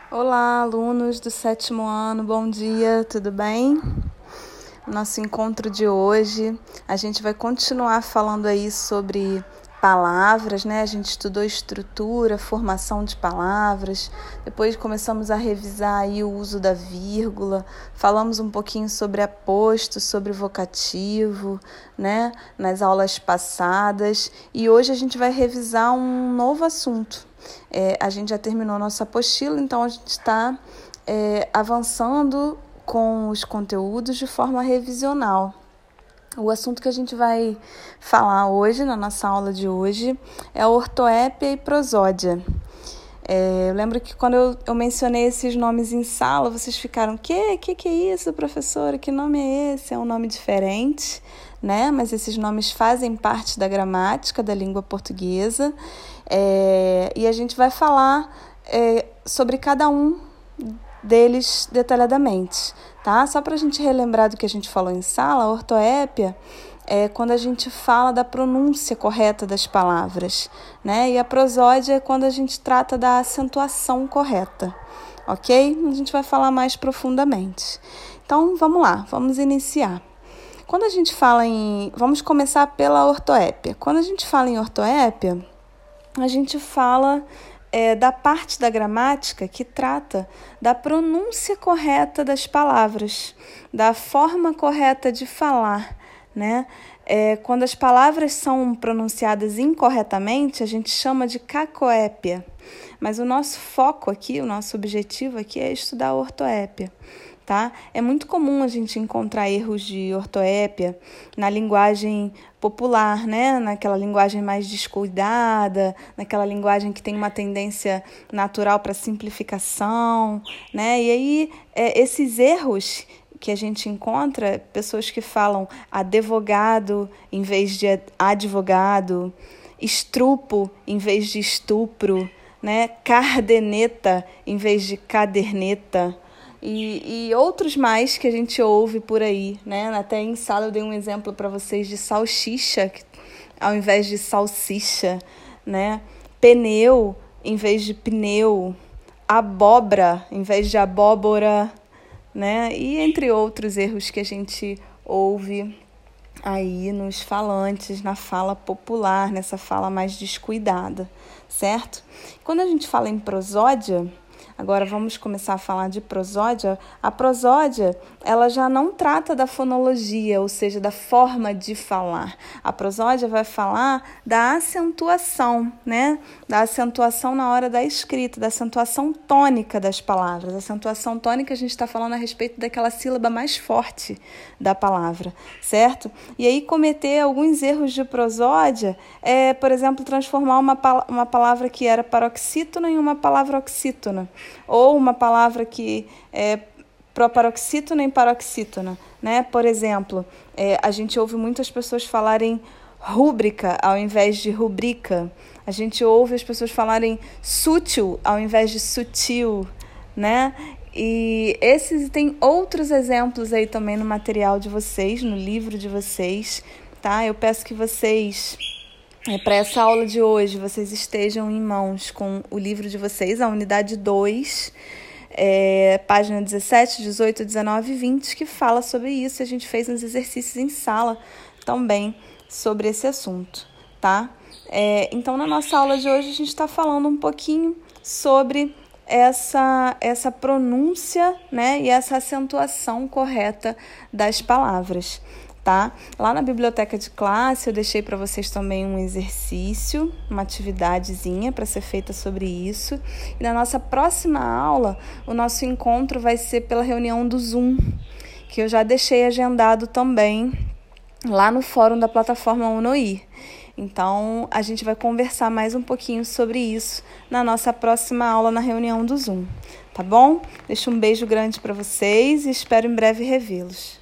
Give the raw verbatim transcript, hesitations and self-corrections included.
Olá, alunos do sétimo ano, bom dia, tudo bem? Nosso encontro de hoje, a gente vai continuar falando aí sobre palavras, né? A gente estudou estrutura, formação de palavras, depois começamos a revisar aí o uso da vírgula, falamos um pouquinho sobre aposto, sobre vocativo, né? Nas aulas passadas, e hoje a gente vai revisar um novo assunto. É, a gente já terminou nossa apostila, então a gente está é, avançando com os conteúdos de forma revisional. O assunto que a gente vai falar hoje, na nossa aula de hoje, é a ortoépia e prosódia. É, eu lembro que quando eu, eu mencionei esses nomes em sala, vocês ficaram, que, que que é isso, professora? Que nome é esse? É um nome diferente, né? Mas esses nomes fazem parte da gramática da língua portuguesa. É, e a gente vai falar é, sobre cada um deles detalhadamente, tá? Só para a gente relembrar do que a gente falou em sala, a ortoépia é quando a gente fala da pronúncia correta das palavras, né? E a prosódia é quando a gente trata da acentuação correta, ok? A gente vai falar mais profundamente. Então, vamos lá, vamos iniciar. Quando a gente fala em... Vamos começar pela ortoépia. Quando a gente fala em ortoépia, a gente fala é, da parte da gramática que trata da pronúncia correta das palavras, da forma correta de falar, né? É, quando as palavras são pronunciadas incorretamente, a gente chama de cacoépia. Mas o nosso foco aqui, o nosso objetivo aqui é estudar a ortoépia. Tá? É muito comum a gente encontrar erros de ortoépia na linguagem popular, né? Naquela linguagem mais descuidada, naquela linguagem que tem uma tendência natural para simplificação, né? E aí, é, esses erros que a gente encontra, pessoas que falam advogado em vez de advogado, estrupo em vez de estupro, né? Cardeneta em vez de caderneta, E, e outros mais que a gente ouve por aí, né? Até em sala eu dei um exemplo para vocês de salsicha ao invés de salsicha, né? Pneu em vez de pneu, abóbora em vez de abóbora, né? E entre outros erros que a gente ouve aí nos falantes, na fala popular, nessa fala mais descuidada, certo? Quando a gente fala em prosódia, agora vamos começar a falar de prosódia. A prosódia, ela já não trata da fonologia, ou seja, da forma de falar. A prosódia vai falar da acentuação, né? Da acentuação na hora da escrita, da acentuação tônica das palavras. A acentuação tônica a gente está falando a respeito daquela sílaba mais forte da palavra, certo? E aí cometer alguns erros de prosódia é, por exemplo, transformar uma, uma palavra que era paroxítona em uma palavra oxítona, ou uma palavra que é proparoxítona em paroxítona, né? Por exemplo, é, a gente ouve muitas pessoas falarem rúbrica ao invés de rubrica. A gente ouve as pessoas falarem sútil ao invés de sutil, né? E esses tem outros exemplos aí também no material de vocês, no livro de vocês, tá? Eu peço que vocês... É, para essa aula de hoje, vocês estejam em mãos com o livro de vocês, a unidade dois, é, página dezessete, dezoito, dezenove e vinte, que fala sobre isso. A gente fez uns exercícios em sala também sobre esse assunto, tá? É, então, na nossa aula de hoje, a gente está falando um pouquinho sobre essa, essa pronúncia, né, e essa acentuação correta das palavras. Tá? Lá na biblioteca de classe eu deixei para vocês também um exercício, uma atividadezinha para ser feita sobre isso. E na nossa próxima aula, o nosso encontro vai ser pela reunião do Zoom, que eu já deixei agendado também lá no fórum da plataforma Unoir. Então, a gente vai conversar mais um pouquinho sobre isso na nossa próxima aula na reunião do Zoom, tá bom? Deixo um beijo grande para vocês e espero em breve revê-los.